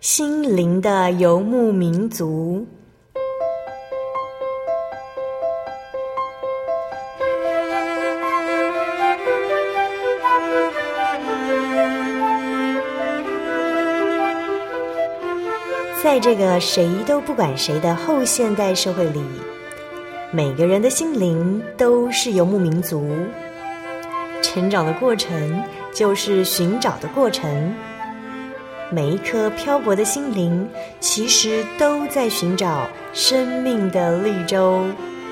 心灵的游牧民族。在这个谁都不管谁的后现代社会里，每个人的心灵都是游牧民族。成长的过程就是寻找的过程，每一颗漂泊的心灵其实都在寻找生命的绿洲。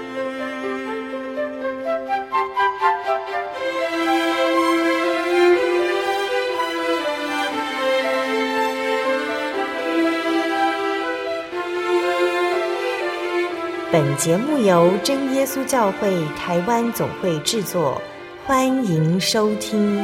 本节目由真耶稣教会台湾总会制作，欢迎收听。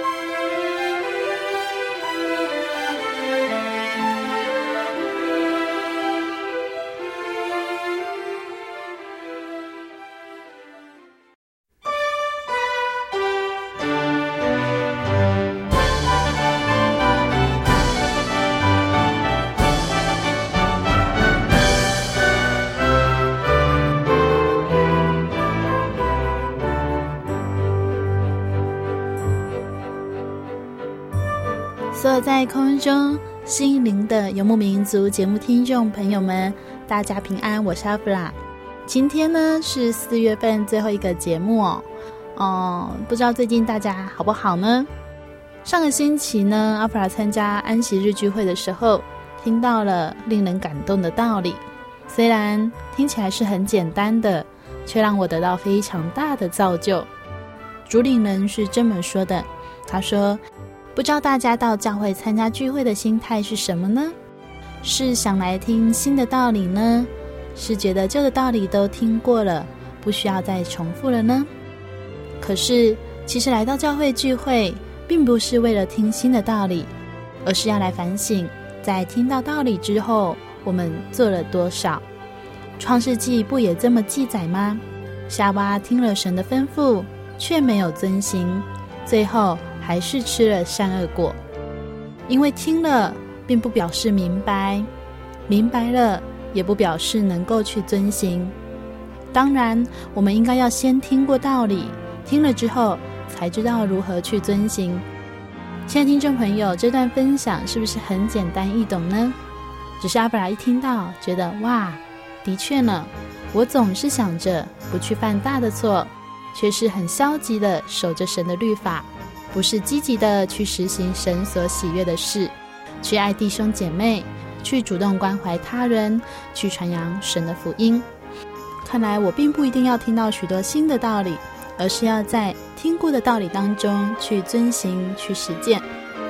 所有在空中心灵的游牧民族节目听众朋友们，大家平安，我是阿弗拉。今天呢是4月份最后一个节目不知道最近大家好不好呢？上个星期呢，阿弗拉参加安息日聚会的时候，听到了令人感动的道理，虽然听起来是很简单的，却让我得到非常大的造就。主领人是这么说的，他说，不知道大家到教会参加聚会的心态是什么呢？是想来听新的道理呢？是觉得旧的道理都听过了，不需要再重复了呢？可是其实来到教会聚会并不是为了听新的道理，而是要来反省在听到道理之后我们做了多少。创世纪不也这么记载吗？夏娃听了神的吩咐却没有遵行，最后还是吃了善恶果。因为听了并不表示明白，明白了也不表示能够去遵行。当然我们应该要先听过道理，听了之后才知道如何去遵行。亲爱的听众朋友，这段分享是不是很简单易懂呢？只是阿布拉一听到觉得哇，的确呢，我总是想着不去犯大的错，却是很消极的守着神的律法，不是积极的去实行神所喜悦的事，去爱弟兄姐妹，去主动关怀他人，去传扬神的福音。看来我并不一定要听到许多新的道理，而是要在听过的道理当中去遵行，去实践。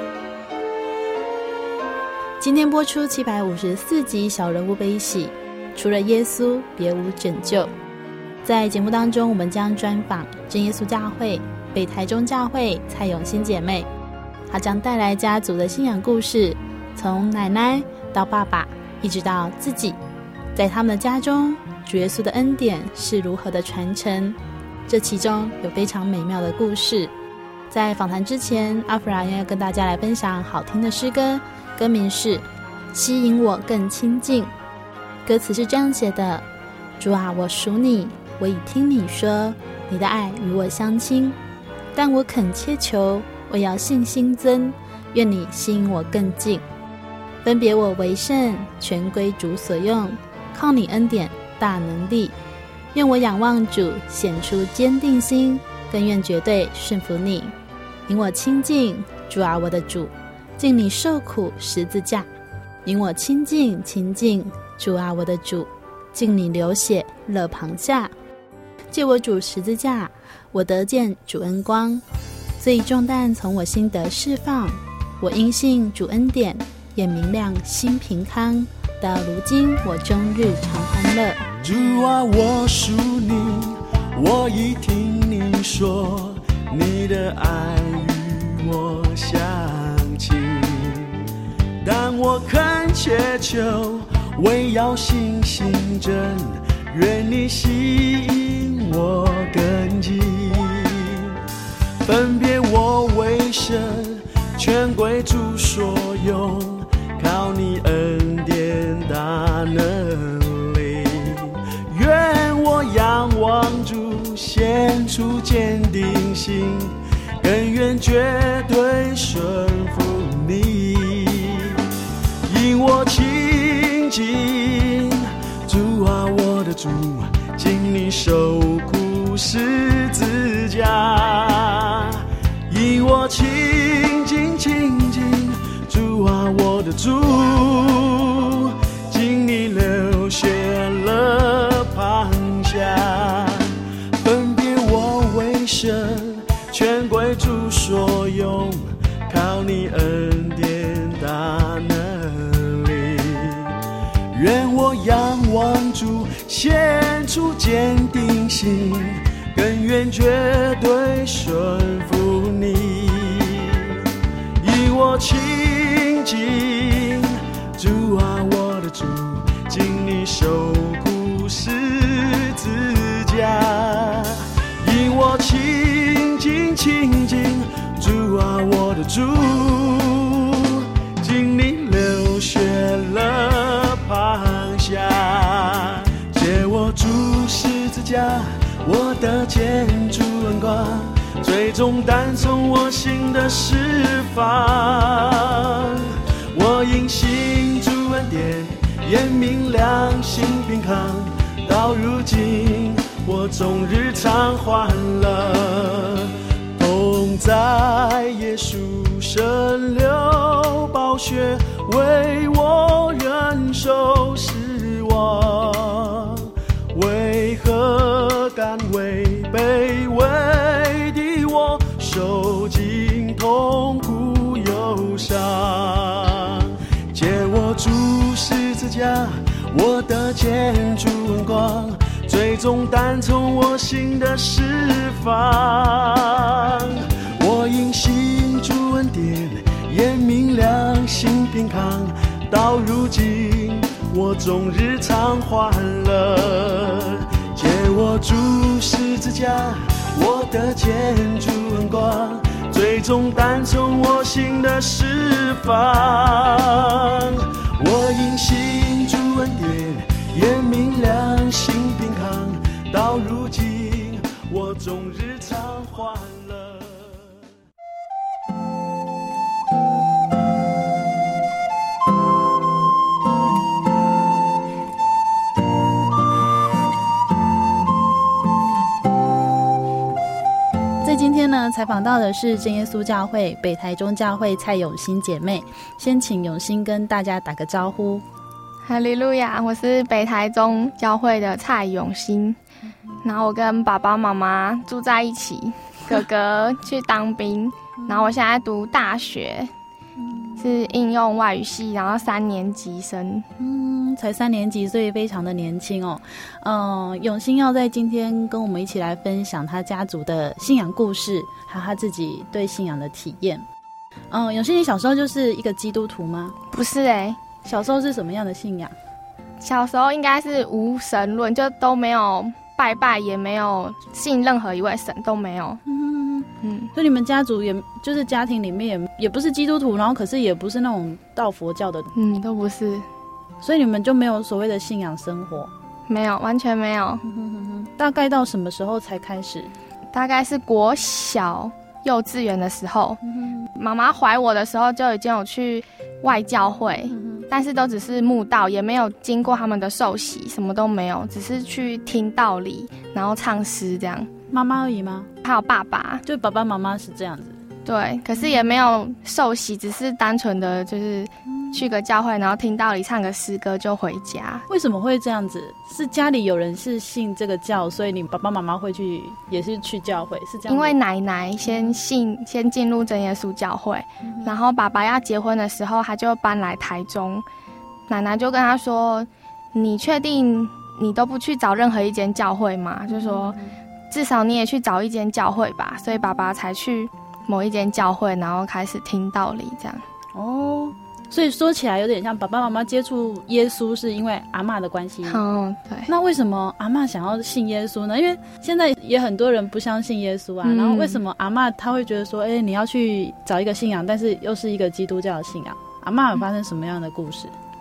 今天播出754集小人物悲喜，除了耶稣别无拯救。在节目当中，我们将专访真耶稣教会北台中教会蔡永新姐妹，她将带来家族的信仰故事，从奶奶到爸爸一直到自己，在他们的家中主耶稣的恩典是如何的传承，这其中有非常美妙的故事。在访谈之前，阿弗拉要跟大家来分享好听的诗歌，歌名是吸引我更亲近。歌词是这样写的：主啊，我属你，我已听你说你的爱与我相亲，但我恳切求，我要信心增，愿你吸引我更近。分别我为圣，全归主所用，靠你恩典大能力。愿我仰望主，显出坚定心，更愿绝对顺服你。引我亲近，主啊我的主，敬你受苦十字架。引我亲近，主啊我的主，敬你流血乐旁下。借我主十字架，我得见主恩光，罪重担从我心得释放。我因信主恩典，眼明亮心平康，到如今我终日常欢乐。 主啊，我属你，我已听你说你的爱与我相亲，但我恳切求，唯要信心真，愿你吸引我更近。分别我为圣，全归主所用，靠你恩心，更愿绝对顺服你。因我亲近主啊，我的主，经你受苦十字架。因我亲近主啊，我的主，经你流血了旁下，分别我为神，全归主所用，靠你恩典大能力。愿我仰望主，献出坚定心，更愿绝对顺服你。以我亲近主啊，我的主，经你受苦十字架。以我亲近主啊，我的主，经你流血了旁下。借我主十字架，我的建筑恩光，最终单从我心的释放。我因信主恩典，眼明亮，心平康，到如今我终日常欢乐。同在耶稣神流宝血，为我忍受失望，为何甘为卑微的我，受尽痛苦忧伤？借我主十字架，我的建筑恩光，最终单从我心的释放。我因信主恩典，眼明亮，心平康，到如今我终日常欢乐。借我主十字架，我的建筑恩光，最终单从我心的释放。我因信主恩典，眼明亮，心平康，到如今我终日常欢乐。 在今天呢，采访到的是真耶稣教会北台中教会蔡永欣姐妹，先请永欣跟大家打个招呼。 哈利路亚，我是北台中教会的蔡永欣，然后我跟爸爸妈妈住在一起，哥哥去当兵，然后我现在读大学，是应用外语系，然后3年级生。 才3年级，所以非常的年轻哦。永欣要在今天跟我们一起来分享他家族的信仰故事，还有他自己对信仰的体验。永欣，你小时候就是一个基督徒吗？ 不是欸， 小时候是什么样的信仰？ 小时候应该是无神论，就都没有拜拜，也没有信任何一位神，都没有。 所以你们家族也就是家庭里面也不是基督徒，然后可是也不是那种道佛教的， 都不是。 所以你们就没有所谓的信仰生活？ 没有，完全没有。 大概到什么时候才开始？ 大概是国小幼稚园的时候，妈妈怀我的时候就已经有去外教会，但是都只是慕道，也没有经过他们的受洗，什么都没有，只是去听道理，然后唱诗这样。 妈妈而已吗？ 还有爸爸， 就爸爸妈妈是这样子。 对，可是也没有受洗，只是单纯的就是去个教会，然后听道理，唱个诗歌就回家。 为什么会这样子？是家里有人是信这个教，所以你爸爸妈妈会去，也是去教会，是这样？ 因为奶奶先进入真耶稣教会，然后爸爸要结婚的时候，他就搬来台中，奶奶就跟他说：“你确定你都不去找任何一间教会吗？”就说至少你也去找一间教会吧。所以爸爸才去某一间教会，然后开始听道理这样。 哦，所以说起来有点像爸爸妈妈接触耶稣是因为阿嬷的关系。 对。那为什么阿嬷想要信耶稣呢？因为现在也很多人不相信耶稣啊，然后为什么阿嬷她会觉得说，你要去找一个信仰，但是又是一个基督教的信仰？阿嬷有发生什么样的故事？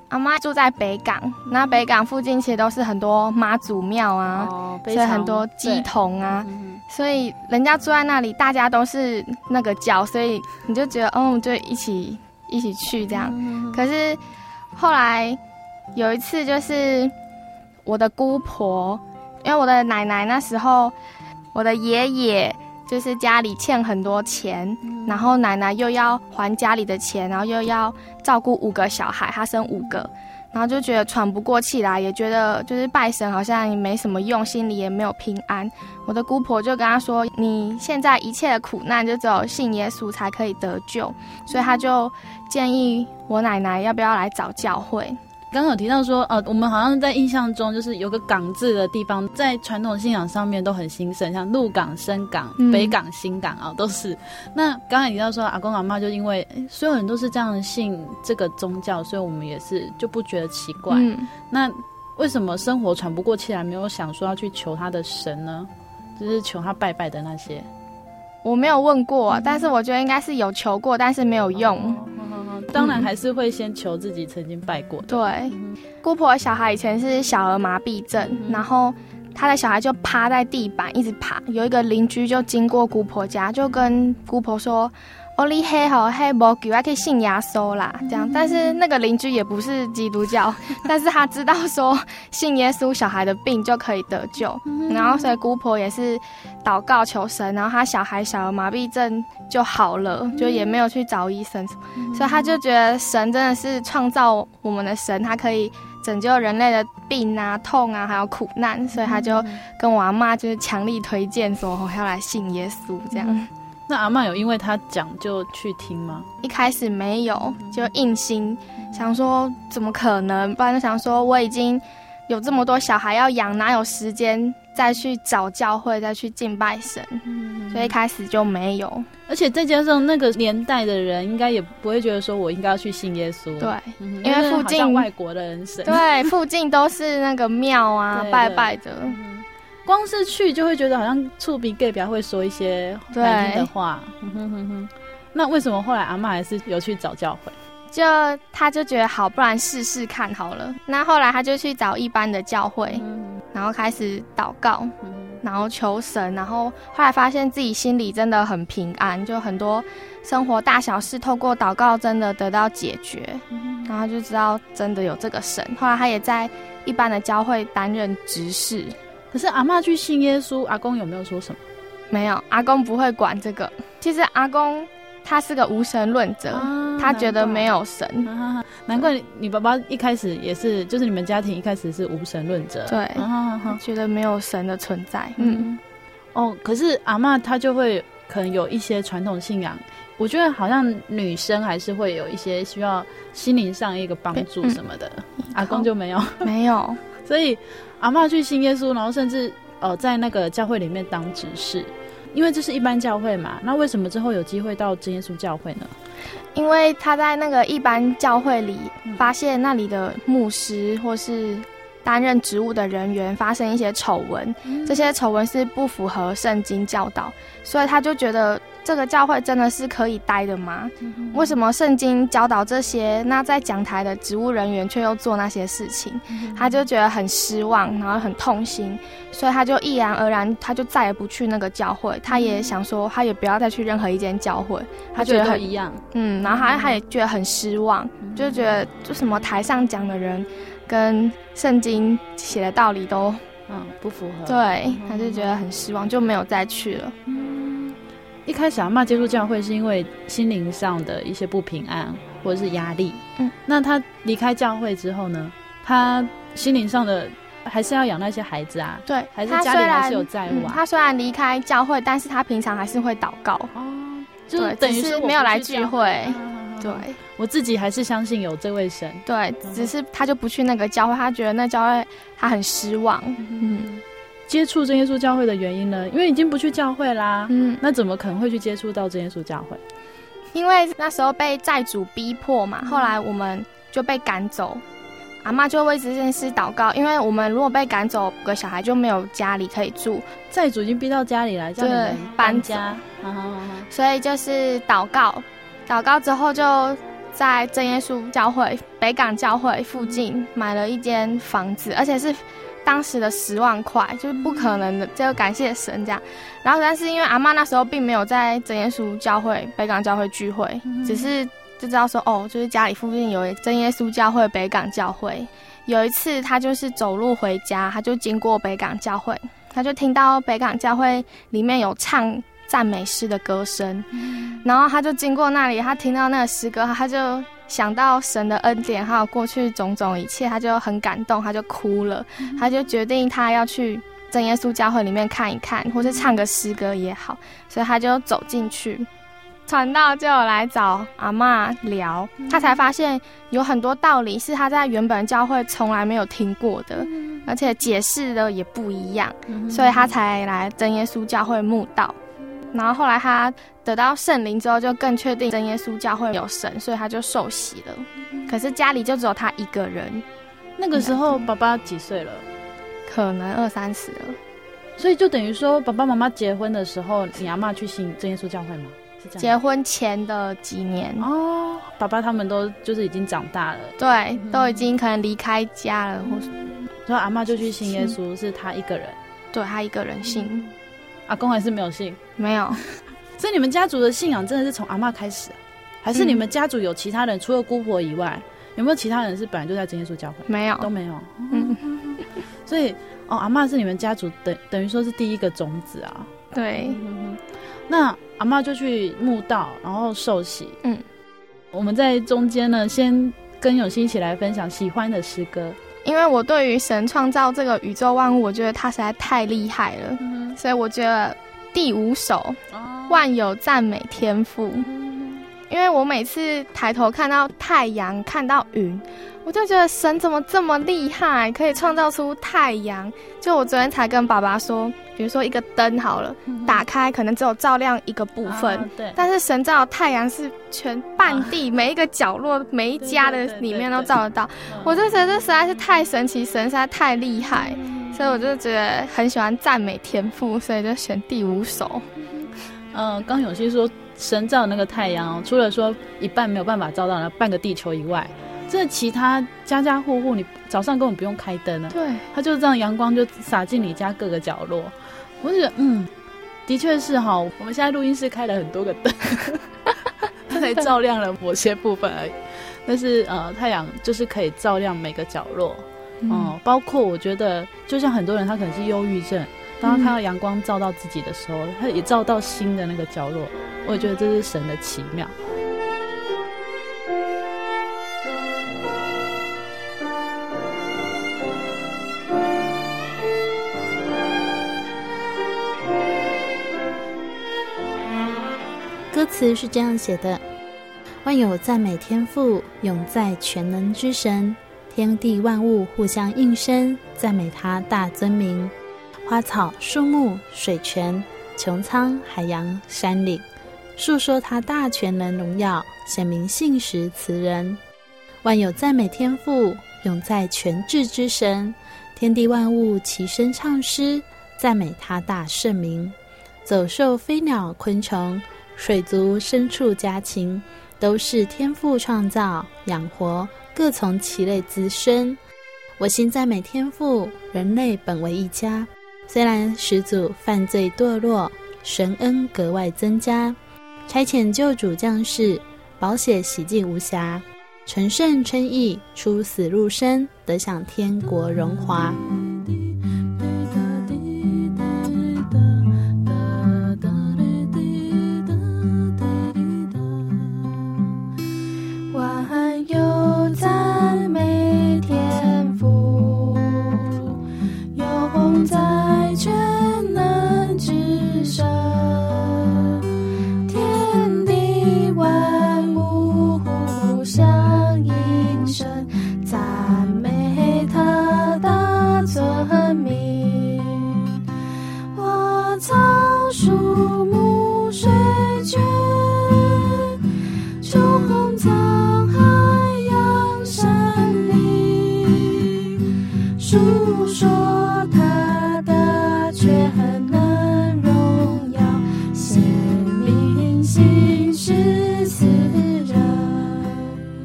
阿嬷住在北港，那北港附近其实都是很多妈祖庙啊，所以很多乩童啊，所以人家住在那里，大家都是那个教，所以你就觉得就一起去这样。可是后来有一次，就是我的姑婆，因为我的奶奶那时候，我的爷爷就是家里欠很多钱，然后奶奶又要还家里的钱，然后又要照顾5个小孩，她生5个，然后就觉得喘不过气来，也觉得就是拜神好像也没什么用，心里也没有平安。我的姑婆就跟她说，你现在一切的苦难就只有信耶稣才可以得救，所以她就建议我奶奶要不要来找教会。 刚刚有提到说，我们好像在印象中就是有个港字的地方，在传统信仰上面都很兴盛，像鹿港、深港、北港、新港都是。那刚才提到说，阿公阿嬷就因为所有人都是这样信这个宗教，所以我们也是就不觉得奇怪。那为什么生活喘不过气来，没有想说要去求他的神呢？就是求他拜拜的那些。 我没有问过，但是我觉得应该是有求过，但是没有用。 当然还是会先求自己曾经拜过的。 对，姑婆的小孩以前是小儿麻痹症，然后他的小孩就趴在地板一直爬，有一个邻居就经过姑婆家，就跟姑婆说，你黑好黑没给我可以信耶稣啦，这样。但是那个邻居也不是基督教，但是他知道说信耶稣小孩的病就可以得救，然后所以姑婆也是祷告求神，然后他小孩小儿麻痹症就好了，就也没有去找医生，所以他就觉得神真的是创造我们的神，他可以拯救人类的病啊、痛啊，还有苦难，所以他就跟我阿嬷就是强力推荐说要来信耶稣这样。 那阿嬷有因为他讲就去听吗？ 一开始没有，就硬心想说怎么可能，不然就想说我已经有这么多小孩要养，哪有时间再去找教会再去敬拜神，所以一开始就没有。 而且再加上那个年代的人应该也不会觉得说我应该要去信耶稣， 对，因为附近外国的人神， 对，附近都是那个庙啊拜拜的， 光是去就会觉得好像触鼻 gay 表会说一些难听的话。那为什么后来阿嬷还是有去找教会？ 他就觉得好，不然试试看好了。那后来他就去找一般的教会，然后开始祷告，然后求神，然后后来发现自己心里真的很平安，就很多生活大小事透过祷告真的得到解决，然后就知道真的有这个神。后来他也在一般的教会担任执事。 可是阿嬷去信耶稣，阿公有没有说什么？ 没有，阿公不会管这个。其实阿公他是个无神论者，他觉得没有神。 难怪你爸爸一开始也是，就是你们家庭一开始是无神论者。 对，觉得没有神的存在。 可是阿嬷她就会可能有一些传统信仰，我觉得好像女生还是会有一些需要心灵上一个帮助什么的。阿公就没有， 没有。 所以阿嬷去信耶稣，然后甚至在那个教会里面当执事，因为这是一般教会嘛。那为什么之后有机会到真耶稣教会呢？ 因为他在那个一般教会里发现那里的牧师或是担任职务的人员发生一些丑闻，这些丑闻是不符合圣经教导，所以他就觉得这个教会真的是可以待的吗？为什么圣经教导这些，那在讲台的职务人员却又做那些事情？他就觉得很失望，然后很痛心，所以他就毅然而然，他就再也不去那个教会。他也想说，他也不要再去任何一间教会，他觉得很一样。 然后他也觉得很失望，就觉得就什么台上讲的人跟圣经写的道理都不符合。 对，他就觉得很失望，就没有再去了。 一开始阿嬷接触教会是因为心灵上的一些不平安或者是压力。那他离开教会之后呢，他心灵上的还是要养那些孩子啊。 对， 还是家里还是有债务啊。 他虽然离开教会，但是他平常还是会祷告。 就等于是没有来聚会。对， 我自己还是相信有这位神。 对，只是他就不去那个教会，他觉得那教会他很失望。 接触真耶稣教会的原因呢？因为已经不去教会啦。那怎么可能会去接触到真耶稣教会？ 因为那时候被债主逼迫嘛，后来我们就被赶走。阿嬷就为这件事祷告，因为我们如果被赶走，5个小孩就没有家里可以住， 债主已经逼到家里来，叫你们搬家。 所以就是祷告之后就在真耶稣教会北港教会附近买了一间房子，而且是当时的10万块，就是不可能的，就感谢神这样。然后但是因为阿嬷那时候并没有在真耶稣教会北港教会聚会，只是就知道说就是家里附近有真耶稣教会北港教会。有一次他就是走路回家，他就经过北港教会，他就听到北港教会里面有唱赞美诗的歌声，然后他就经过那里，他听到那个诗歌，他就想到神的恩典还有过去种种一切，他就很感动，他就哭了，他就决定他要去真耶稣教会里面看一看，或是唱个诗歌也好，所以他就走进去。传道就有来找阿嬷聊，他才发现有很多道理是他在原本教会从来没有听过的，而且解释的也不一样，所以他才来真耶稣教会慕道。然后后来他得到圣灵之后，就更确定真耶稣教会有神，所以他就受洗了。可是家里就只有他一个人。 那个时候爸爸几岁了？ 可能20-30了。 所以就等于说爸爸妈妈结婚的时候，你阿嬷去信真耶稣教会吗？ 结婚前的几年哦，爸爸他们都就是已经长大了， 对，都已经可能离开家了，或是所以阿嬷就去信耶稣，是他一个人， 对，他一个人信， 阿公还是没有信， 没有。 所以你们家族的信仰真的是从阿嬷开始，还是你们家族有其他人，除了姑婆以外，有没有其他人是本来就在真耶稣教会？ 没有， 都没有。所以阿嬷是你们家族等于说是第一个种子啊。 对。 那阿嬷就去慕道，然后受洗。我们在中间呢，先跟永熙一起来分享喜欢的诗歌。 因为我对于神创造这个宇宙万物，我觉得他实在太厉害了，所以我觉得第5首万有赞美天父。因为我每次抬头看到太阳，看到云，我就觉得神怎么这么厉害，可以创造出太阳。就我昨天才跟爸爸说，比如说一个灯好了，打开可能只有照亮一个部分， 对， 但是神照的太阳是全半地，每一个角落，每一家的里面都照得到。我就觉得这实在是太神奇，神实在太厉害，所以我就觉得很喜欢赞美天父，所以就选第5首。 刚永熙说神照那个太阳，除了说一半没有办法照到半个地球以外，这其他家家户户你早上根本不用开灯啊， 对， 它就这样阳光就洒进你家各个角落。我就觉得的确是哈，我们现在录音室开了很多个灯它才照亮了某些部分而已，但是太阳就是可以照亮每个角落。包括我觉得就像很多人他可能是忧郁症，当他看到阳光照到自己的时候，他也照到心的那个角落，我也觉得这是神的奇妙。 歌词是这样写的：万有赞美天父，永在全能之神，天地万物互相应声，赞美他大尊名。花草树木水泉穹苍海洋山岭，述说他大全能荣耀，显明信实慈人。万有赞美天父，永在全智之神，天地万物齐声唱诗，赞美他大圣名。走兽飞鸟昆虫，水族牲畜家禽，都是天父创造养活，各从其类滋生。我心赞美天父，人类本为一家，虽然始祖犯罪堕落，神恩格外增加，差遣救主降世，宝血洗净无瑕，成圣称义，出死入生，得享天国荣华。 万有赞美天父，永在全能之神，天地万物互相应声，赞美他大尊名。花草树木水泉，穹苍海洋山岭，述说他的全能荣耀，显明信实慈人。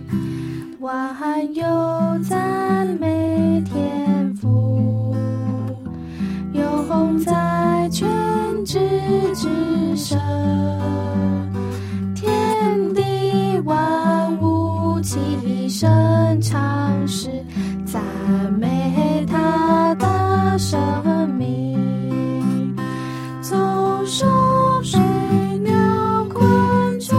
赞美天父，永在全知之神，天地万物齐声唱诗，赞美他的生命，总是水鸟昆虫，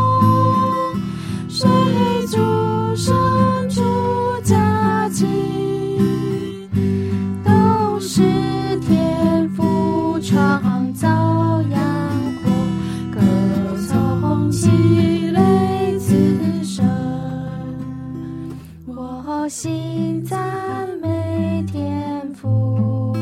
水族生出佳境，都是天父创造阳光，歌颂喜泪此生。我心赞美天父，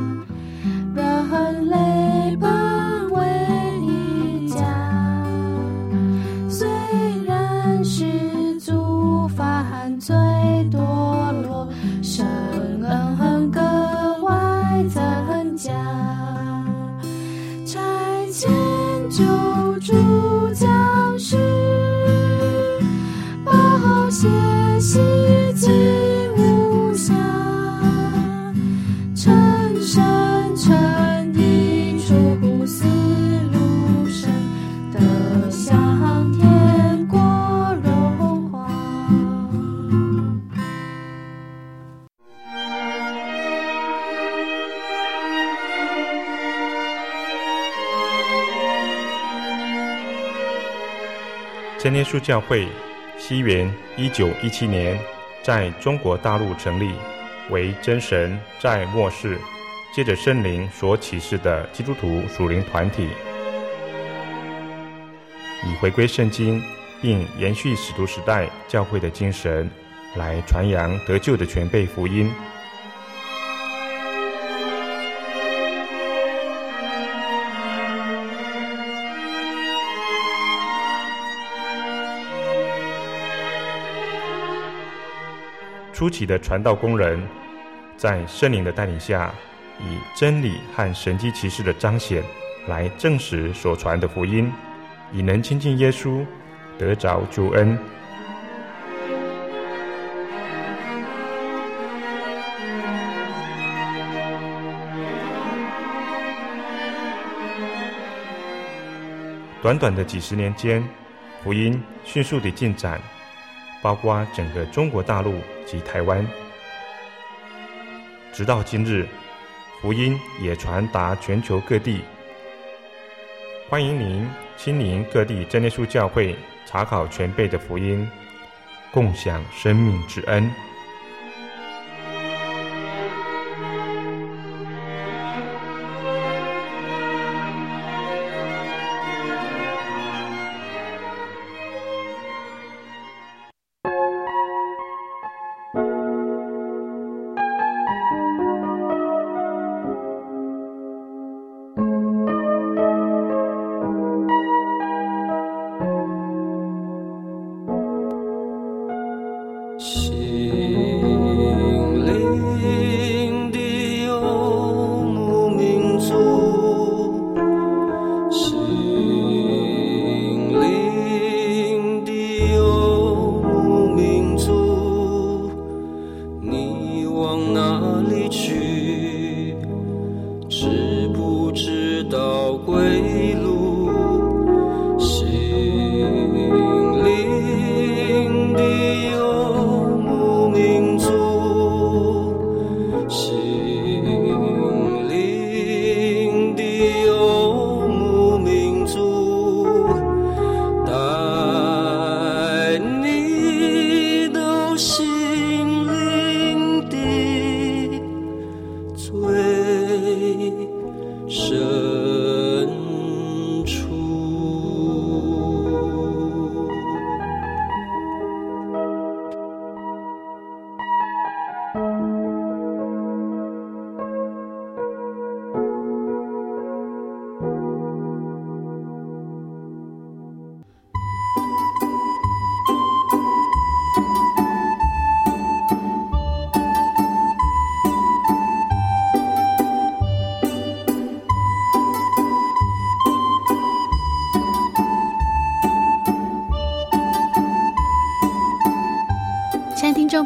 人类本为一家，虽然世俗犯罪堕落，神恩格外增加，差遣救主降世，宝血洗净无瑕，成圣成义出死入生，得享天国荣华。 真耶稣教会西元1917年在中国大陆成立，为真神在末世借着圣灵所启示的基督徒属灵团体，以回归圣经并延续使徒时代教会的精神，来传扬得救的全备福音。初期的传道工人在圣灵的带领下，以真理和神迹奇事的彰显来证实所传的福音，以能亲近耶稣，得着救恩。短短的几十年间，福音迅速地进展，包括整个中国大陆及台湾。直到今日，福音也传达全球各地。欢迎您亲临各地真耶稣教会，查考全备的福音，共享生命之恩。 心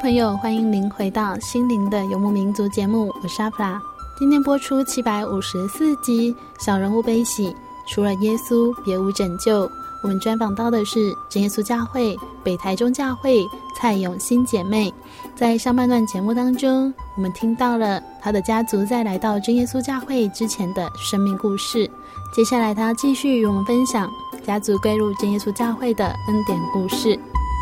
朋友，欢迎您回到心灵的游牧民族节目，我是阿弗拉。今天播出754集小人物悲喜，除了耶稣别无拯救。我们专访到的是真耶稣教会北台中教会蔡永欣姐妹。在上半段节目当中，我们听到了她的家族在来到真耶稣教会之前的生命故事。接下来她继续与我们分享家族归入真耶稣教会的恩典故事。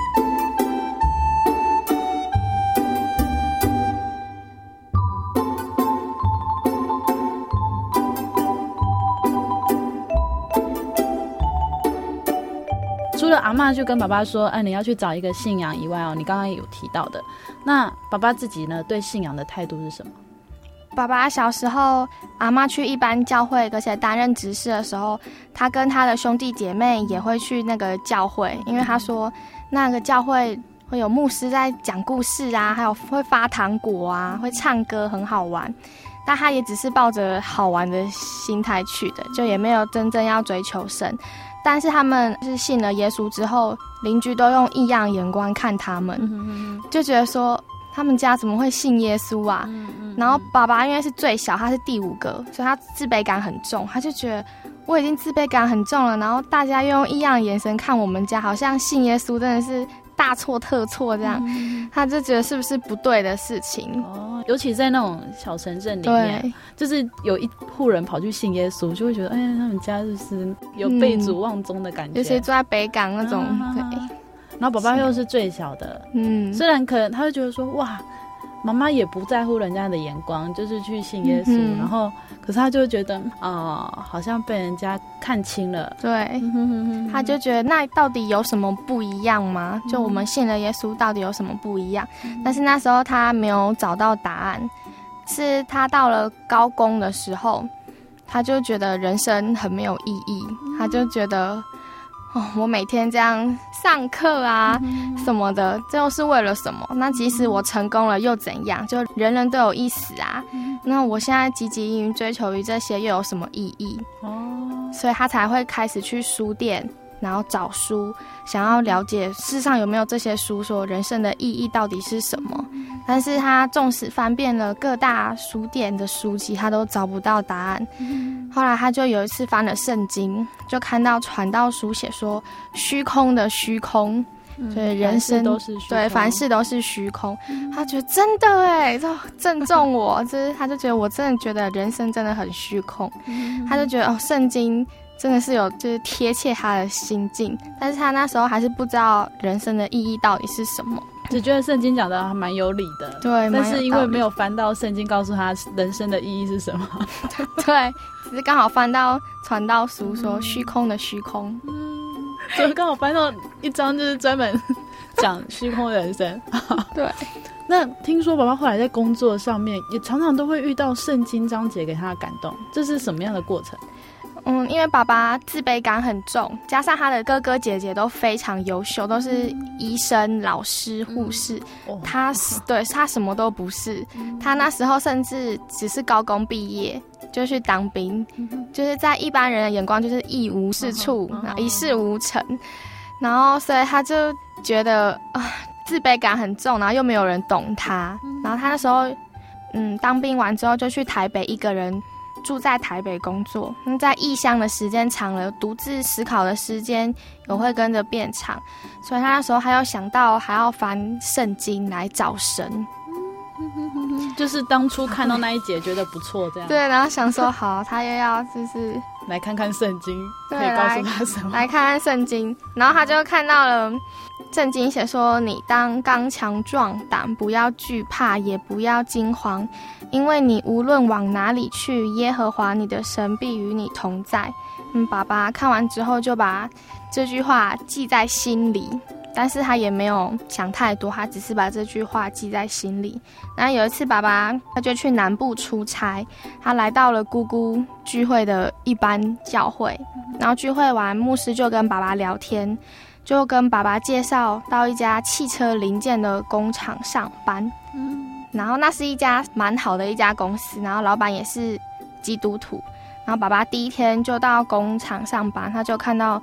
除了阿嬷就跟爸爸说，你要去找一个信仰以外你刚刚有提到的，那爸爸自己呢，对信仰的态度是什么？ 爸爸小时候，阿嬷去一般教会，而且担任执事的时候，他跟他的兄弟姐妹也会去那个教会，因为他说那个教会会有牧师在讲故事啊，还有会发糖果啊，会唱歌，很好玩。但他也只是抱着好玩的心态去的，就也没有真正要追求神。但是他们是信了耶稣之后，邻居都用异样眼光看他们，就觉得说他们家怎么会信耶稣啊？然后爸爸因为是最小，他是第5个，所以他自卑感很重，他就觉得我已经自卑感很重了，然后大家又用异样的眼神看我们家，好像信耶稣真的是大错特错这样，他就觉得是不是不对的事情。 尤其在那种小城镇里面，就是有一户人跑去信耶稣，就会觉得他们家就是有被主望宗的感觉， 尤其住在北港那种，对。 然后爸爸又是最小的，虽然可能他会觉得说哇，妈妈也不在乎人家的眼光，就是去信耶稣，然后可是他就觉得好像被人家看清了， 对，他就觉得那到底有什么不一样吗？就我们信了耶稣到底有什么不一样？但是那时候他没有找到答案，是他到了高中的时候，他就觉得人生很没有意义，他就觉得我每天这样上课啊什么的，这又是为了什么？那即使我成功了又怎样？就人人都有一死啊，那我现在汲汲营营追求于这些又有什么意义？所以他才会开始去书店，然后找书，想要了解世上有没有这些书说人生的意义到底是什么。但是他纵使翻遍了各大书店的书籍，他都找不到答案。后来他就有一次翻了圣经，就看到传道书写说虚空的虚空，所以人生都是虚空， 对，凡事都是虚空。他觉得真的耶，就正中我，就是他就觉得我真的觉得人生真的很虚空。他就觉得圣经真的是有就是贴切他的心境，但是他那时候还是不知道人生的意义到底是什么， 只觉得圣经讲的还蛮有理的， 对， 但是因为没有翻到圣经告诉他人生的意义是什么， 对，只是刚好翻到传道书说虚空的虚空， 所以刚好翻到一章就是专门讲虚空人生。 对， 那听说爸爸后来在工作上面也常常都会遇到圣经章节给他的感动，这是什么样的过程？ 因为爸爸自卑感很重，加上他的哥哥姐姐都非常优秀，都是医生、老师、护士，他什么都不是。他那时候甚至只是高中毕业就去当兵，就是在一般人的眼光就是一无是处，一事无成，然后所以他就觉得自卑感很重，然后又没有人懂他，然后他那时候当兵完之后就去台北一个人住在台北工作，在异乡的时间长了，独自思考的时间也会跟着变长，所以他那时候还有想到还要翻圣经来找神， 就是当初看到那一节觉得不错这样， 对，然后想说好，他又要就是来看看圣经可以告诉他什么， 来看看圣经，然后他就看到了圣经写说，你当刚强壮胆，不要惧怕，也不要惊慌，因为你无论往哪里去，耶和华你的神必与你同在。爸爸看完之后就把这句话记在心里，但是他也没有想太多，他只是把这句话记在心里。然后有一次爸爸他就去南部出差，他来到了姑姑聚会的一般教会，然后聚会完牧师就跟爸爸聊天，就跟爸爸介绍到一家汽车零件的工厂上班，然后那是一家蛮好的一家公司，然后老板也是基督徒。然后爸爸第一天就到工厂上班，他就看到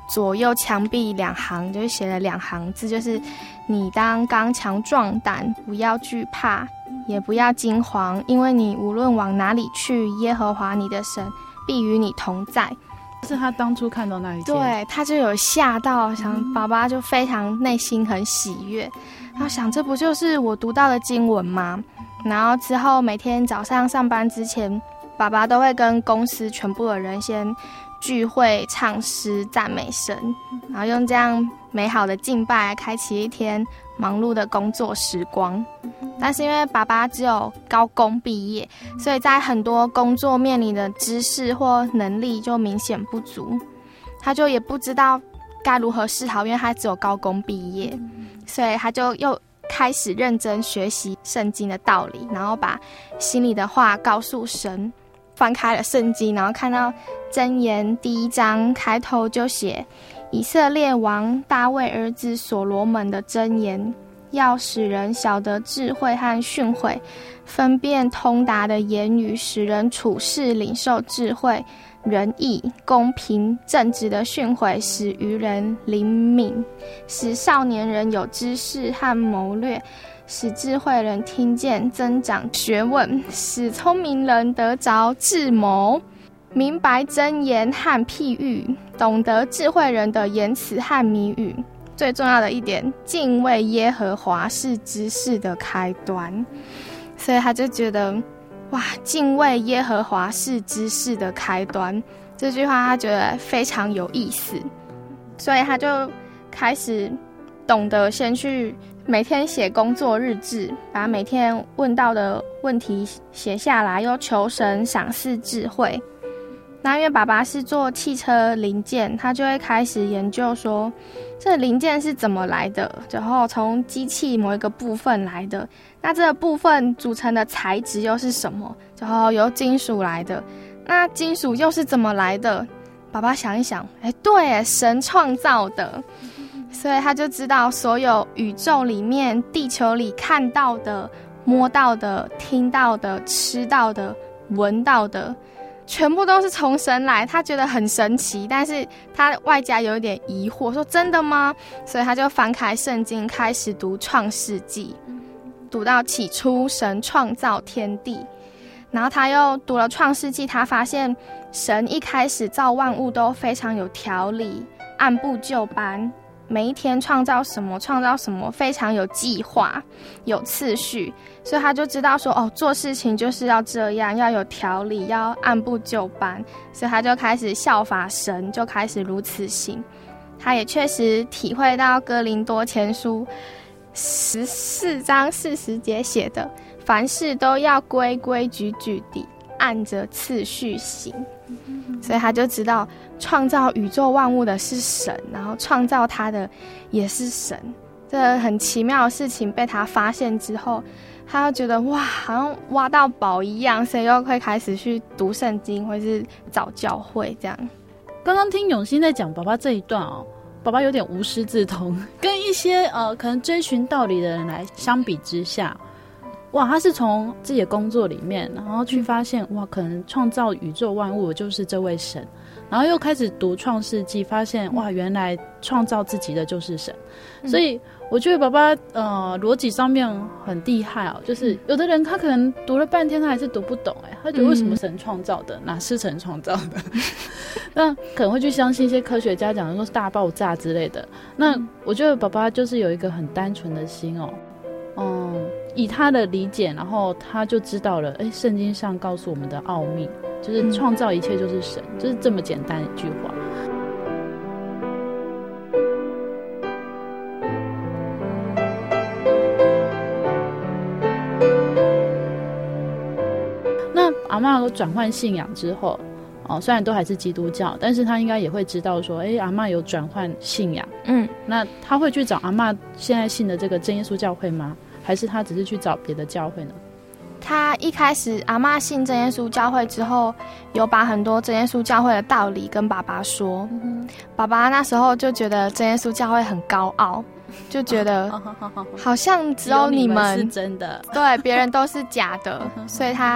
左右墙壁2行，就是写了2行字，就是你当刚强壮胆，不要惧怕，也不要惊惶，因为你无论往哪里去，耶和华你的神必与你同在。 是他当初看到那一件， 对，他就有吓到，想爸爸就非常内心很喜悦，然后想这不就是我读到的经文吗？然后之后每天早上上班之前，爸爸都会跟公司全部的人先聚会唱诗赞美神，然后用这样美好的敬拜来开启一天忙碌的工作时光。但是因为爸爸只有高工毕业，所以在很多工作面临的知识或能力就明显不足，他就也不知道该如何是好，因为他只有高工毕业，所以他就又开始认真学习圣经的道理，然后把心里的话告诉神。翻开了圣经，然后看到箴言1章开头就写以色列王大卫儿子所罗门的箴言，要使人晓得智慧和训诲，分辨通达的言语，使人处事领受智慧，仁义公平正直的训诲，使愚人灵敏，使少年人有知识和谋略，使智慧人听见增长学问，使聪明人得着智谋，明白箴言和譬喻，懂得智慧人的言辞和谜语。最重要的一点，敬畏耶和华是知识的开端。所以他就觉得哇，敬畏耶和华是知识的开端，这句话他觉得非常有意思，所以他就开始懂得先去每天写工作日志，把每天问到的问题写下来，又求神赏赐智慧。那因为爸爸是做汽车零件，他就会开始研究说这零件是怎么来的，然后从机器某一个部分来的，那这个部分组成的材质又是什么，然后由金属来的，那金属又是怎么来的？爸爸想一想，对，神创造的，所以他就知道所有宇宙里面地球里看到的摸到的听到的吃到的闻到的全部都是从神来，他觉得很神奇，但是他外加有一点疑惑，说真的吗？所以他就翻开圣经开始读创世纪，读到起初神创造天地，然后他又读了创世纪，他发现神一开始造万物都非常有条理，按部就班，每一天创造什么创造什么，非常有计划有次序，所以他就知道说做事情就是要这样，要有条理，要按部就班，所以他就开始效法神，就开始如此行。他也确实体会到哥林多前书14章40节写的，凡事都要规规矩矩地按着次序行，所以他就知道创造宇宙万物的是神，然后创造他的也是神。这很奇妙的事情被他发现之后，他就觉得哇，好像挖到宝一样，所以又会开始去读圣经或是找教会这样。 刚刚听永新在讲爸爸这一段爸爸有点无师自通，跟一些可能追寻道理的人来相比之下，哇，他是从自己的工作里面，然后去发现哇，可能创造宇宙万物就是这位神，然后又开始读创世纪，发现哇，原来创造自己的就是神。所以我觉得爸爸逻辑上面很厉害就是有的人他可能读了半天他还是读不懂他觉得为什么神创造的，哪是神创造的那可能会去相信一些科学家讲的说是大爆炸之类的。那我觉得爸爸就是有一个很单纯的心以他的理解，然后他就知道了圣经上告诉我们的奥秘，就是创造一切就是神，就是这么简单一句话。那阿嬷有转换信仰之后虽然都还是基督教，但是他应该也会知道说阿嬷有转换信仰，那他会去找阿嬷现在信的这个真耶稣教会吗？还是他只是去找别的教会呢？ 他一开始阿嬷信真耶稣教会之后，有把很多真耶稣教会的道理跟爸爸说，爸爸那时候就觉得真耶稣教会很高傲，就觉得好像只有你们是真的， 对，别人都是假的所以他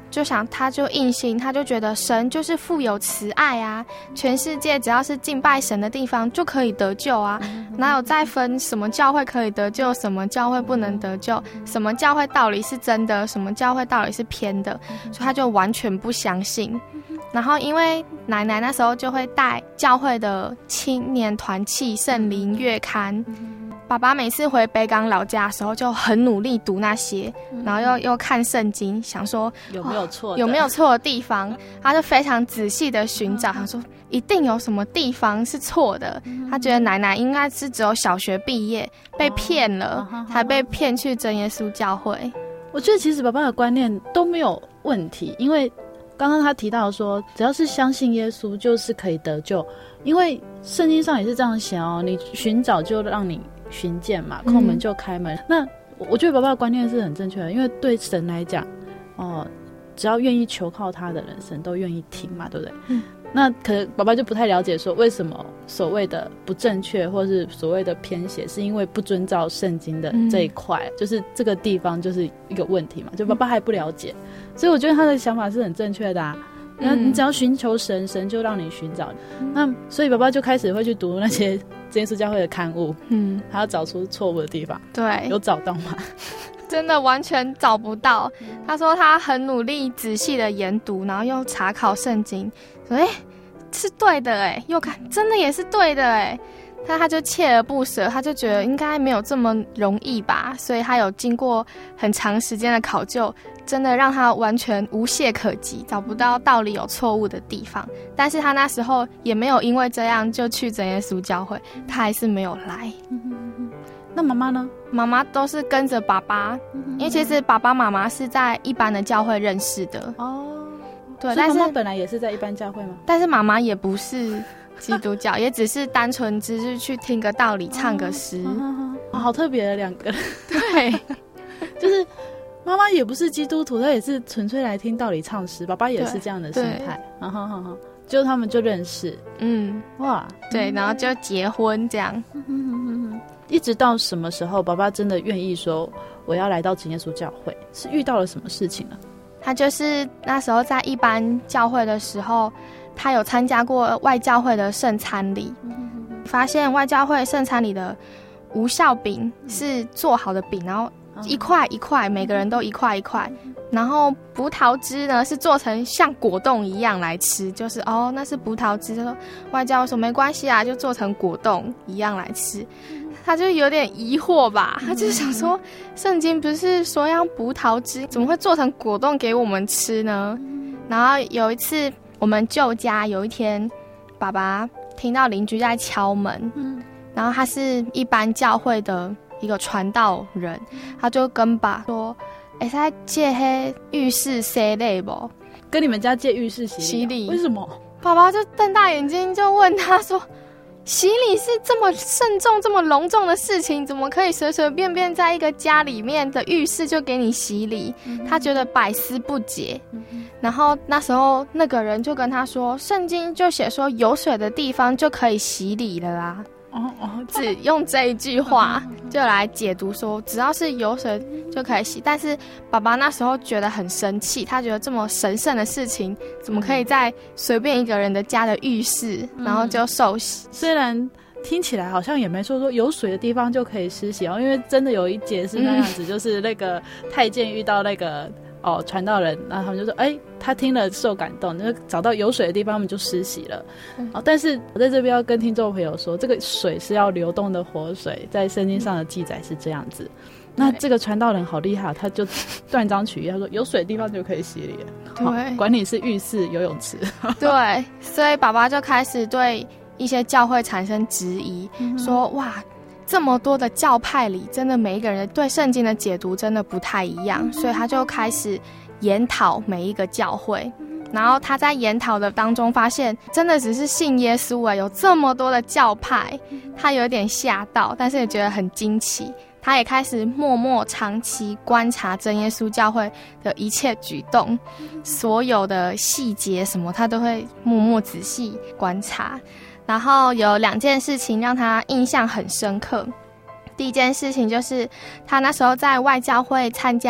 他就硬心，他就觉得神就是富有慈爱啊，全世界只要是敬拜神的地方就可以得救啊，哪有再分什么教会可以得救，什么教会不能得救，什么教会道理是真的，什么教会道理是偏的，所以他就完全不相信。然后因为奶奶那时候就会带教会的青年团契圣灵月刊，爸爸每次回北港老家的时候就很努力读那些，然后又看圣经，想说有没有错的地方，他就非常仔细的寻找，想说一定有什么地方是错的。他觉得奶奶应该是只有小学毕业被骗了，才被骗去真耶稣教会。 我觉得其实爸爸的观念都没有问题，因为刚刚他提到说只要是相信耶稣就是可以得救，因为圣经上也是这样写哦，你寻找就让你寻见嘛，叩门就开门。那我觉得爸爸的观念是很正确的，因为对神来讲只要愿意求靠他的人，神都愿意听嘛，对不对？那可能爸爸就不太了解说为什么所谓的不正确或是所谓的偏斜是因为不遵照圣经的这一块，就是这个地方就是一个问题嘛，就爸爸还不了解，所以我觉得他的想法是很正确的啊。那你只要寻求神，神就让你寻找。那所以爸爸就开始会去读那些真耶稣教会的刊物，还要找出错误的地方。 对， 有找到吗？ 真的完全找不到。他说他很努力仔细的研读，然后又查考圣经，说是对的又看真的也是对的但他就锲而不舍，他就觉得应该没有这么容易吧，所以他有经过很长时间的考究，真的让他完全无懈可击，找不到道理有错误的地方。但是他那时候也没有因为这样就去真耶稣教会，他还是没有来。 那妈妈呢？ 妈妈都是跟着爸爸，因为其实爸爸妈妈是在一般的教会认识的对， 但是妈妈本来也是在一般教会吗？ 但是妈妈也不是基督教，也只是单纯只是去听个道理，唱个诗。 好特别的两个人。 对， 就是妈妈也不是基督徒，她也是纯粹来听道理唱诗，爸爸也是这样的心态。就他们就认识，哇， 对，然后就结婚这样。 一直到什么时候爸爸真的愿意说我要来到真耶稣教会，是遇到了什么事情呢？ 他就是那时候在一般教会的时候，他有参加过外教会的圣餐礼，发现外教会圣餐礼的无酵饼是做好的饼，然后一块一块，每个人都一块一块，然后葡萄汁呢是做成像果冻一样来吃，就是那是葡萄汁，外教会说没关系啊，就做成果冻一样来吃。他就有点疑惑吧，他就想说圣经不是说要葡萄汁，怎么会做成果冻给我们吃呢？然后有一次我们舅家有一天，爸爸听到邻居在敲门，然后他是一般教会的一个传道人，他就跟爸说他借黑浴室洗礼不？ 跟你们家借浴室洗礼？为什么？ 爸爸就瞪大眼睛就问他说，洗礼是这么慎重这么隆重的事情，怎么可以随随便便在一个家里面的浴室就给你洗礼？他觉得百思不解。然后那时候那个人就跟他说，圣经就写说有水的地方就可以洗礼了啦。只用这一句话就来解读说只要是有水就可以洗。但是爸爸那时候觉得很生气，他觉得这么神圣的事情怎么可以在随便一个人的家的浴室然后就受洗。 虽然听起来好像也没说有水的地方就可以施洗因为真的有一节是那样子，就是那个太监遇到那个传道人，然后他们就说他听了受感动，就找到有水的地方他们就施洗了。但是我在这边要跟听众朋友说，这个水是要流动的活水，在圣经上的记载是这样子。那这个传道人好厉害，他就断章取义，他说有水的地方就可以洗礼，对，管你是浴室游泳池。 对，所以爸爸就开始对一些教会产生质疑，说哇，这么多的教派里，真的每一个人对圣经的解读真的不太一样，所以他就开始研讨每一个教会。然后他在研讨的当中发现，真的只是信耶稣有这么多的教派，他有点吓到，但是也觉得很惊奇。他也开始默默长期观察真耶稣教会的一切举动，所有的细节什么他都会默默仔细观察。然后有2件事情让他印象很深刻。第一件事情就是他那时候在外教会参加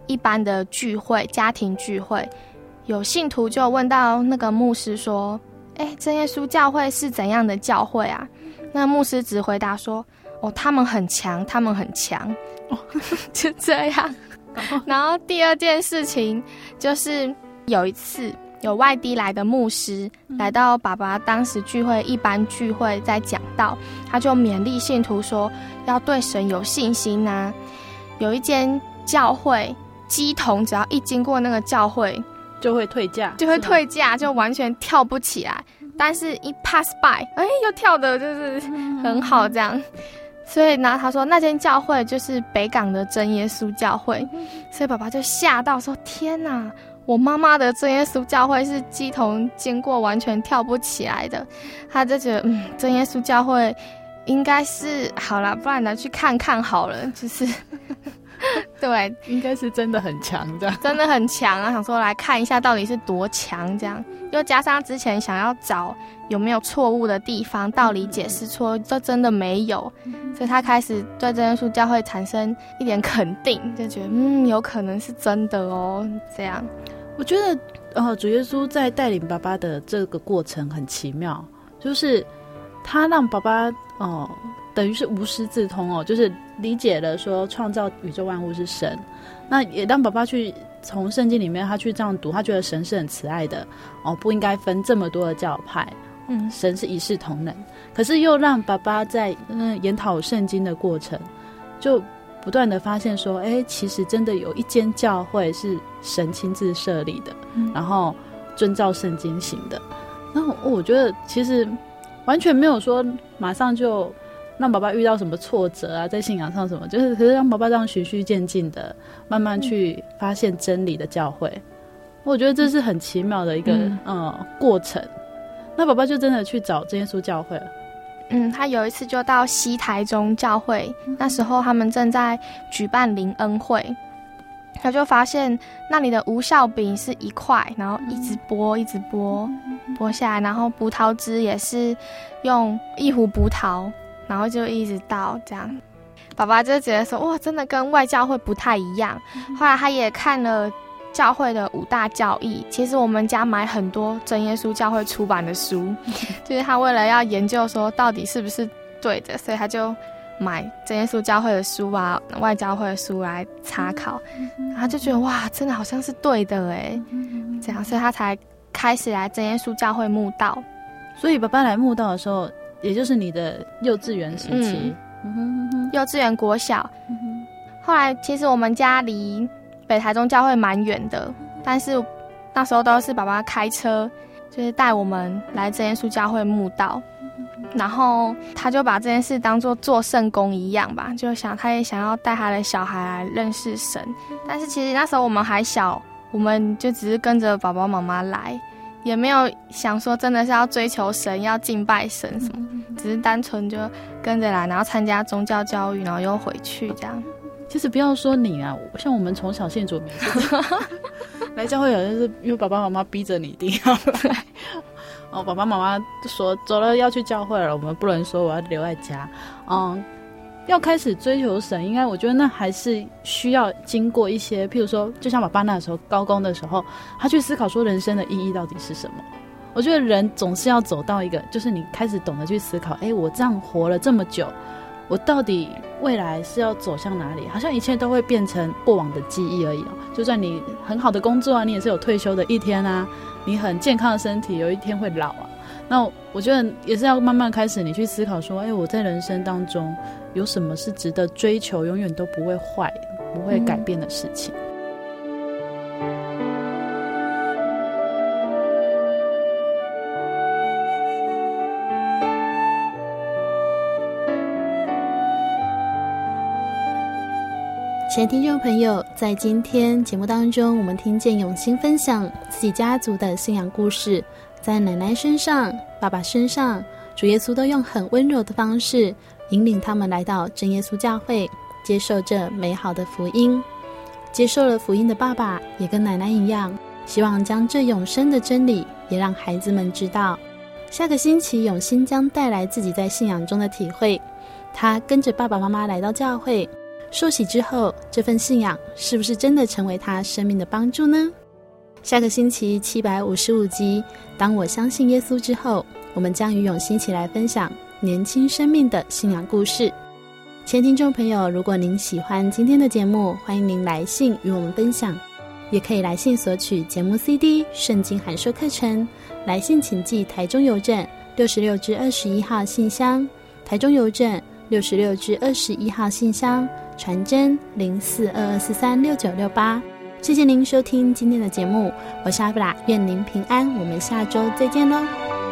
一般的聚会，家庭聚会，有信徒就问到那个牧师说，真耶稣教会是怎样的教会啊？那牧师只回答说，他们很强，他们很强，就这样。然后第二件事情就是有一次有外地来的牧师来到爸爸当时聚会一般聚会在讲道，他就勉励信徒说要对神有信心啊。有一间教会乩童只要一经过那个教会就会退价， 就完全跳不起来，但是一 pass by 又跳的就是很好这样。所以呢，他说那间教会就是北港的真耶稣教会，所以爸爸就吓到说，天哪，我妈妈的真耶稣教会是乩童经过完全跳不起来的。他就觉得真耶稣教会应该是好啦，不然来去看看好了，就是对， 应该是真的很强这样， 真的很强啊！想说来看一下到底是多强这样，又加上之前想要找有没有错误的地方，道理解释错，这真的没有，所以他开始对真耶稣教会产生一点肯定，就觉得有可能是真的哦，这样。 我觉得主耶稣在带领爸爸的这个过程很奇妙，就是他让爸爸等于是无师自通就是理解了说创造宇宙万物是神，那也让爸爸去从圣经里面他去这样读，他觉得神是很慈爱的不应该分这么多的教派，神是一视同仁。可是又让爸爸在研讨圣经的过程，就不断的发现说，其实真的有一间教会是神亲自设立的，然后遵照圣经行的。然后我觉得其实完全没有说马上就让爸爸遇到什么挫折啊，在信仰上什么，可是让爸爸这样循序渐进的慢慢去发现真理的教会，我觉得这是很奇妙的一个过程。那爸爸就真的去找真耶稣教会了。 他有一次就到西台中教会，那时候他们正在举办灵恩会，他就发现那里的无酵饼是1块，然后一直剥下来，然后葡萄汁也是用1壶葡萄，然后就一直倒这样。爸爸就觉得说，哇，真的跟外教会不太一样。后来他也看了教会的5大教义，其实我们家买很多真耶稣教会出版的书，就是他为了要研究说到底是不是对的，所以他就买真耶稣教会的书啊，外教会的书来参考，然后就觉得哇，真的好像是对的耶，这样，所以他才开始来真耶稣教会慕道。 所以爸爸来慕道的时候，也就是你的幼稚园时期， 幼稚园国小。后来其实我们家离北台中教会蛮远的，但是那时候都是爸爸开车，就是带我们来真耶稣教会慕道，然后他就把这件事当作做圣工一样吧，就他也想要带他的小孩来认识神。但是其实那时候我们还小，我们就只是跟着爸爸妈妈来，也没有想说真的是要追求神，要敬拜神什么，只是单纯就跟着来，然后参加宗教教育，然后又回去这样。 其实不要说你啊，像我们从小信主来教会，好像是因为爸爸妈妈逼着你一定要来爸爸妈妈说走了要去教会了，我们不能说我要留在家。要开始追求神，应该我觉得那还是需要经过一些，譬如说就像爸爸那时候高中的时候，他去思考说人生的意义到底是什么。我觉得人总是要走到一个，就是你开始懂得去思考，我这样活了这么久，我到底未来是要走向哪里？好像一切都会变成过往的记忆而已就算你很好的工作啊，你也是有退休的一天啊，你很健康的身体有一天会老啊。那我觉得也是要慢慢开始你去思考说，我在人生当中有什么是值得追求，永远都不会坏不会改变的事情。 亲爱的听众朋友，在今天节目当中，我们听见永兴分享自己家族的信仰故事，在奶奶身上、爸爸身上，主耶稣都用很温柔的方式引领他们来到真耶稣教会，接受这美好的福音。接受了福音的爸爸也跟奶奶一样，希望将这永生的真理也让孩子们知道。下个星期永兴将带来自己在信仰中的体会，他跟着爸爸妈妈来到教会， 受洗之后，这份信仰是不是真的成为他生命的帮助呢？下个星期755集，当我相信耶稣之后，我们将与永新一起来分享年轻生命的信仰故事。亲爱的听众朋友，如果您喜欢今天的节目，欢迎您来信与我们分享，也可以来信索取节目 CD、圣经函授课程。来信请寄台中邮政66至21号信箱，台中邮政66至21号信箱，传真0422436968。谢谢您收听今天的节目，我是阿布拉，愿您平安，我们下周再见喽。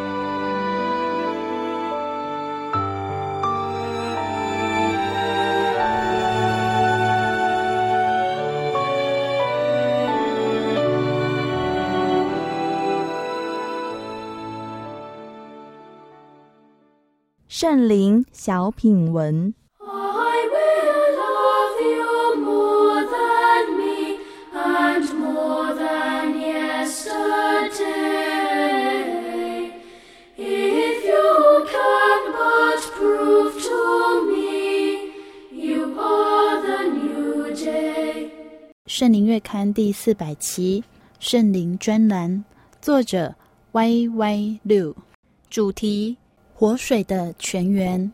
圣灵小品文。 圣灵月刊第400期圣灵专栏，作者 YY 六，主题活水的泉源。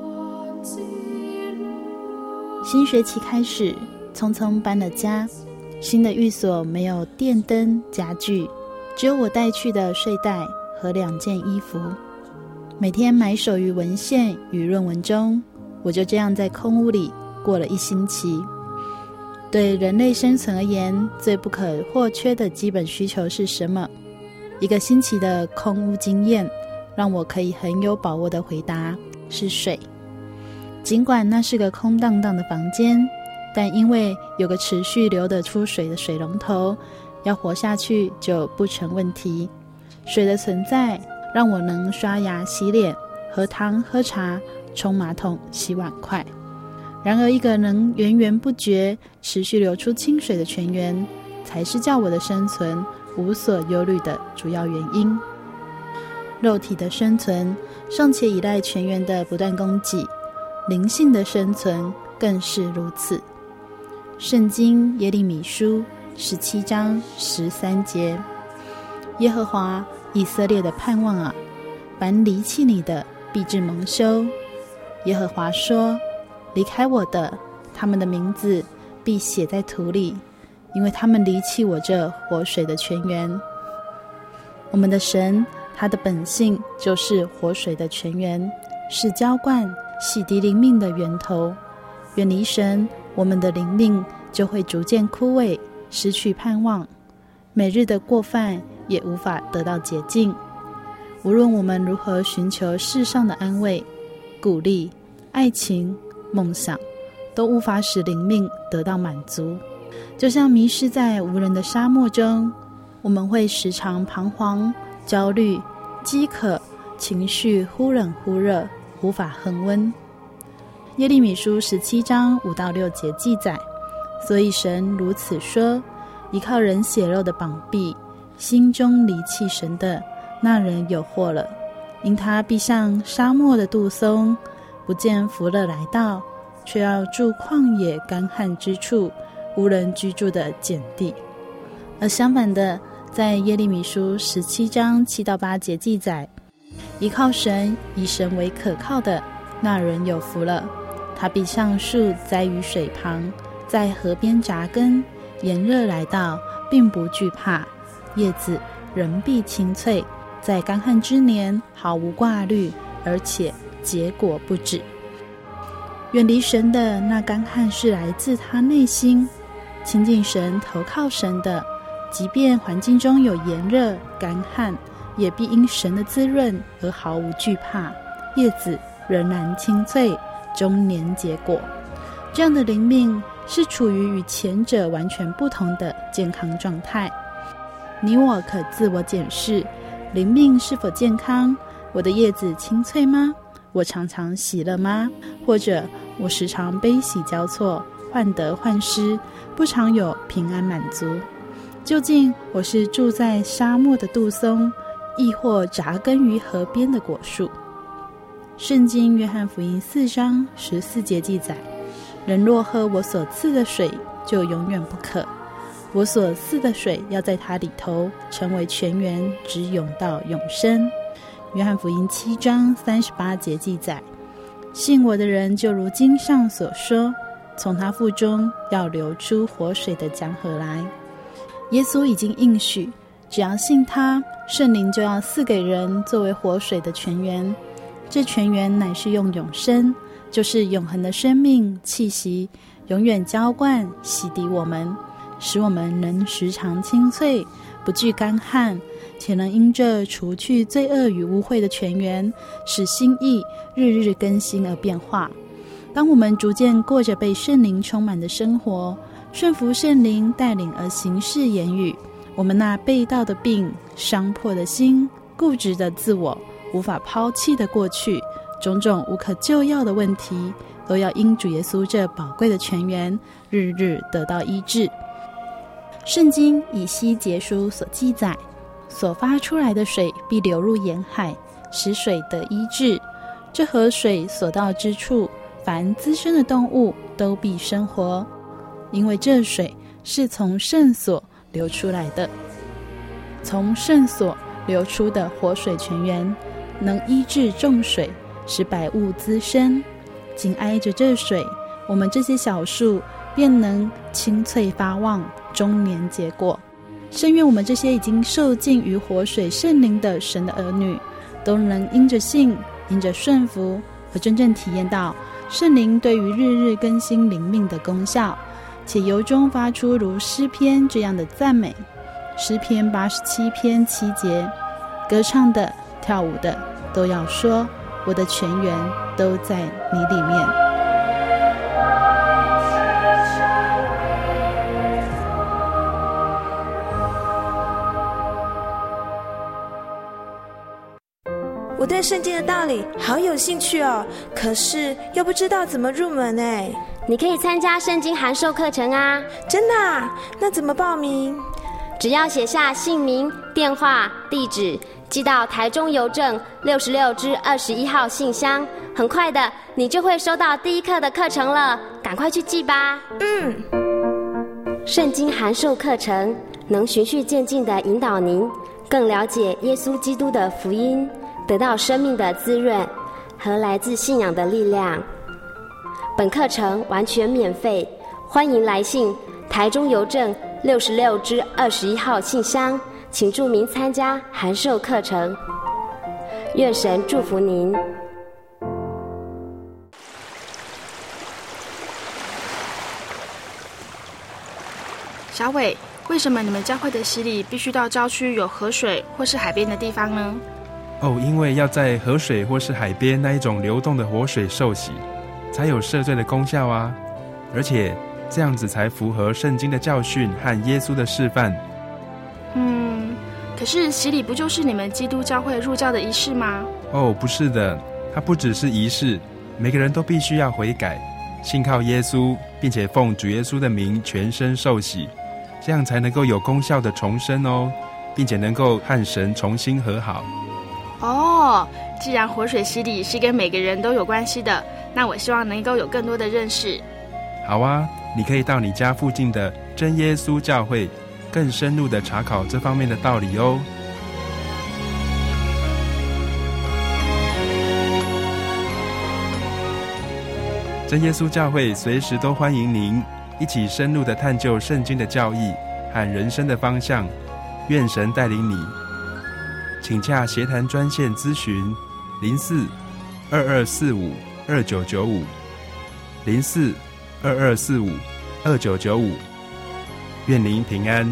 新学期开始，匆匆搬了家，新的寓所没有电灯家具，只有我带去的睡袋和2件衣服。每天埋首于文献与论文中，我就这样在空屋里过了1星期。对人类生存而言，最不可或缺的基本需求是什么？1个星期的空屋经验让我可以很有把握地回答，是水。尽管那是个空荡荡的房间，但因为有个持续流得出水的水龙头，要活下去就不成问题。水的存在让我能刷牙洗脸、喝汤喝茶、冲马桶洗碗筷。然而一个能源源不绝持续流出清水的泉源，才是叫我的生存无所忧虑的主要原因。肉体的生存尚且依赖泉源的不断供给，灵性的生存更是如此。圣经耶利米书17章13节，耶和华以色列的盼望啊，凡离弃你的必致蒙羞。耶和华说，离开我的，他们的名字必写在土里，因为他们离弃我这活水的泉源。我们的神，他的本性就是活水的泉源，是浇灌洗涤灵命的源头。远离神，我们的灵命就会逐渐枯萎，失去盼望，每日的过犯也无法得到洁净。无论我们如何寻求世上的安慰、鼓励、爱情、梦想，都无法使灵命得到满足。就像迷失在无人的沙漠中，我们会时常彷徨、焦虑、饥渴，情绪忽冷忽热，无法恒温。耶利米书17章5到6节记载，所以神如此说，依靠人血肉的膀臂，心中离弃神的，那人有祸了。因他必像沙漠的杜松，不见福乐来到，却要住旷野干旱之处，无人居住的碱地。而相反的，在耶利米书17章7到8节记载，依靠神、以神为可靠的，那人有福了。他必像树栽于水旁，在河边扎根，炎热来到，并不惧怕，叶子仍必青翠，在干旱之年毫无挂虑，而且结果不止。远离神的那干旱是来自他内心，亲近神、投靠神的，即便环境中有炎热、干旱，也必因神的滋润而毫无惧怕，叶子仍然青翠，终年结果。这样的灵命是处于与前者完全不同的健康状态。你我可自我检视，灵命是否健康？我的叶子青翠吗？我常常喜乐吗？或者我时常悲喜交错，患得患失，不常有平安满足？究竟我是住在沙漠的杜松，亦或扎根于河边的果树？圣经约翰福音4章14节记载， 人若喝我所赐的水，就永远不渴。我所赐的水要在它里头成为泉源，直涌到永生。约翰福音7章38节记载，信我的人就如经上所说，从他腹中要流出活水的江河来。耶稣已经应许，只要信他，圣灵就要赐给人作为活水的泉源。这泉源乃是用永生，就是永恒的生命气息，永远浇灌洗涤我们，使我们能时常清脆，不惧干旱，且能因这除去罪恶与污秽的泉源，使心意日日更新而变化。当我们逐渐过着被圣灵充满的生活，顺服圣灵带领而行事言语，我们那背道的病、伤破的心、固执的自我、无法抛弃的过去，种种无可救药的问题，都要因主耶稣这宝贵的泉源，日日得到医治。圣经以西结书所记载，所发出来的水必流入沿海，使水得医治。这河水所到之处，凡滋生的动物都必生活，因为这水是从圣所流出来的。从圣所流出的活水泉源，能医治众水，使百物滋生。紧挨着这水，我们这些小树便能青翠发旺，终年结果。深愿我们这些已经受浸于活水圣灵的神的儿女，都能因着信，因着顺服，和真正体验到圣灵对于日日更新灵命的功效，且由衷发出如诗篇这样的赞美。诗篇87篇7节，歌唱的、跳舞的都要说，我的泉源都在你里面。 我对圣经的道理好有兴趣哦，可是又不知道怎么入门哎。 你可以参加圣经函授课程啊。 真的啊？那怎么报名？ 只要写下姓名、电话、地址，寄到台中邮政66支21号信箱，很快的你就会收到第一课的课程了，赶快去寄吧。圣经函授课程能循序渐进地引导您更了解耶稣基督的福音，得到生命的滋润和来自信仰的力量。本课程完全免费，欢迎来信台中邮政66支21号信箱，请注明参加函授课程。愿神祝福您。 小伟，为什么你们教会的洗礼必须到郊区有河水或是海边的地方呢？ 因为要在河水或是海边那一种流动的活水受洗，才有赦罪的功效啊！而且这样子才符合圣经的教训和耶稣的示范。 可是洗礼不就是你们基督教会入教的仪式吗？ 不是的，它不只是仪式，每个人都必须要悔改，信靠耶稣，并且奉主耶稣的名全身受洗，这样才能够有功效的重生哦，并且能够和神重新和好。 既然活水洗礼是跟每个人都有关系的，那我希望能够有更多的认识。 好啊，你可以到你家附近的真耶稣教会更深入的查考这方面的道理哦。真耶稣教会随时都欢迎您一起深入的探究圣经的教义和人生的方向，愿神带领你。请洽协谈专线咨询04-2245-2995 04-2245-2995。愿您平安。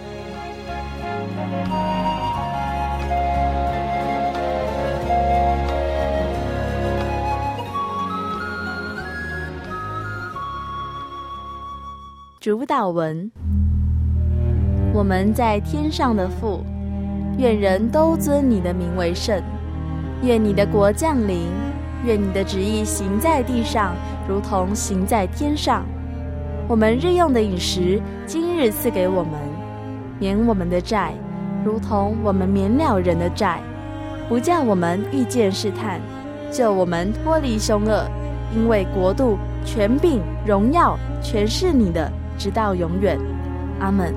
主祷文：我们在天上的父，愿人都尊你的名为圣。愿你的国降临，愿你的旨意行在地上，如同行在天上。我们日用的饮食，今日赐给我们，免我们的债，如同我们免了人的债，不叫我们遇见试探，救我们脱离凶恶。 因为国度、权柄、荣耀全是你的，直到永远。阿们。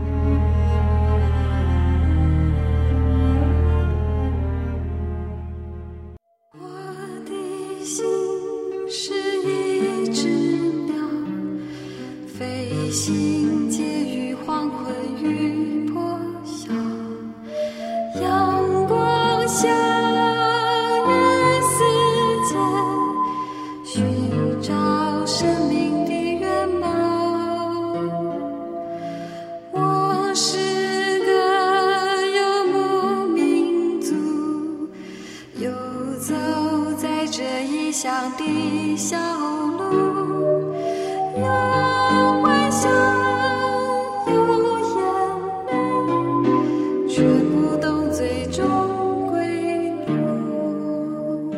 我的心是一只鸟，飞行介于黄昏与破晓，阳光下与世界寻找生命的原貌。我是个游牧民族，游走在这异乡的小路，有欢笑，有眼泪，却不懂最终归路。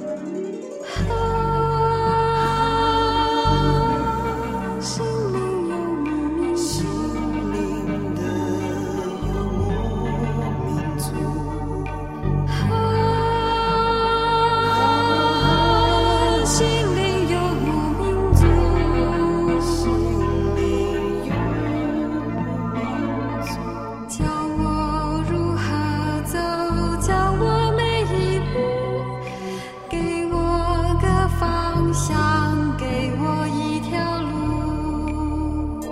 心灵游牧民族，心灵的游牧民族。心灵游牧民族，心灵游牧民族。教我如何走，教我每一步，给我个方向，给我一条路。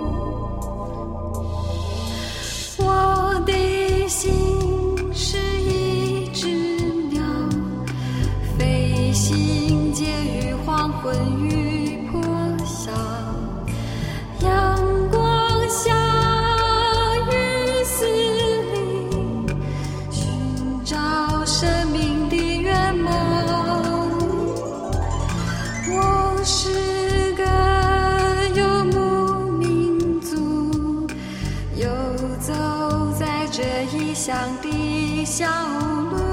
我的心是一只鸟，飞行介于黄昏与破晓，阳光下雨丝里寻找生命的原貌。我是个游牧民族，游走在这异乡的小路。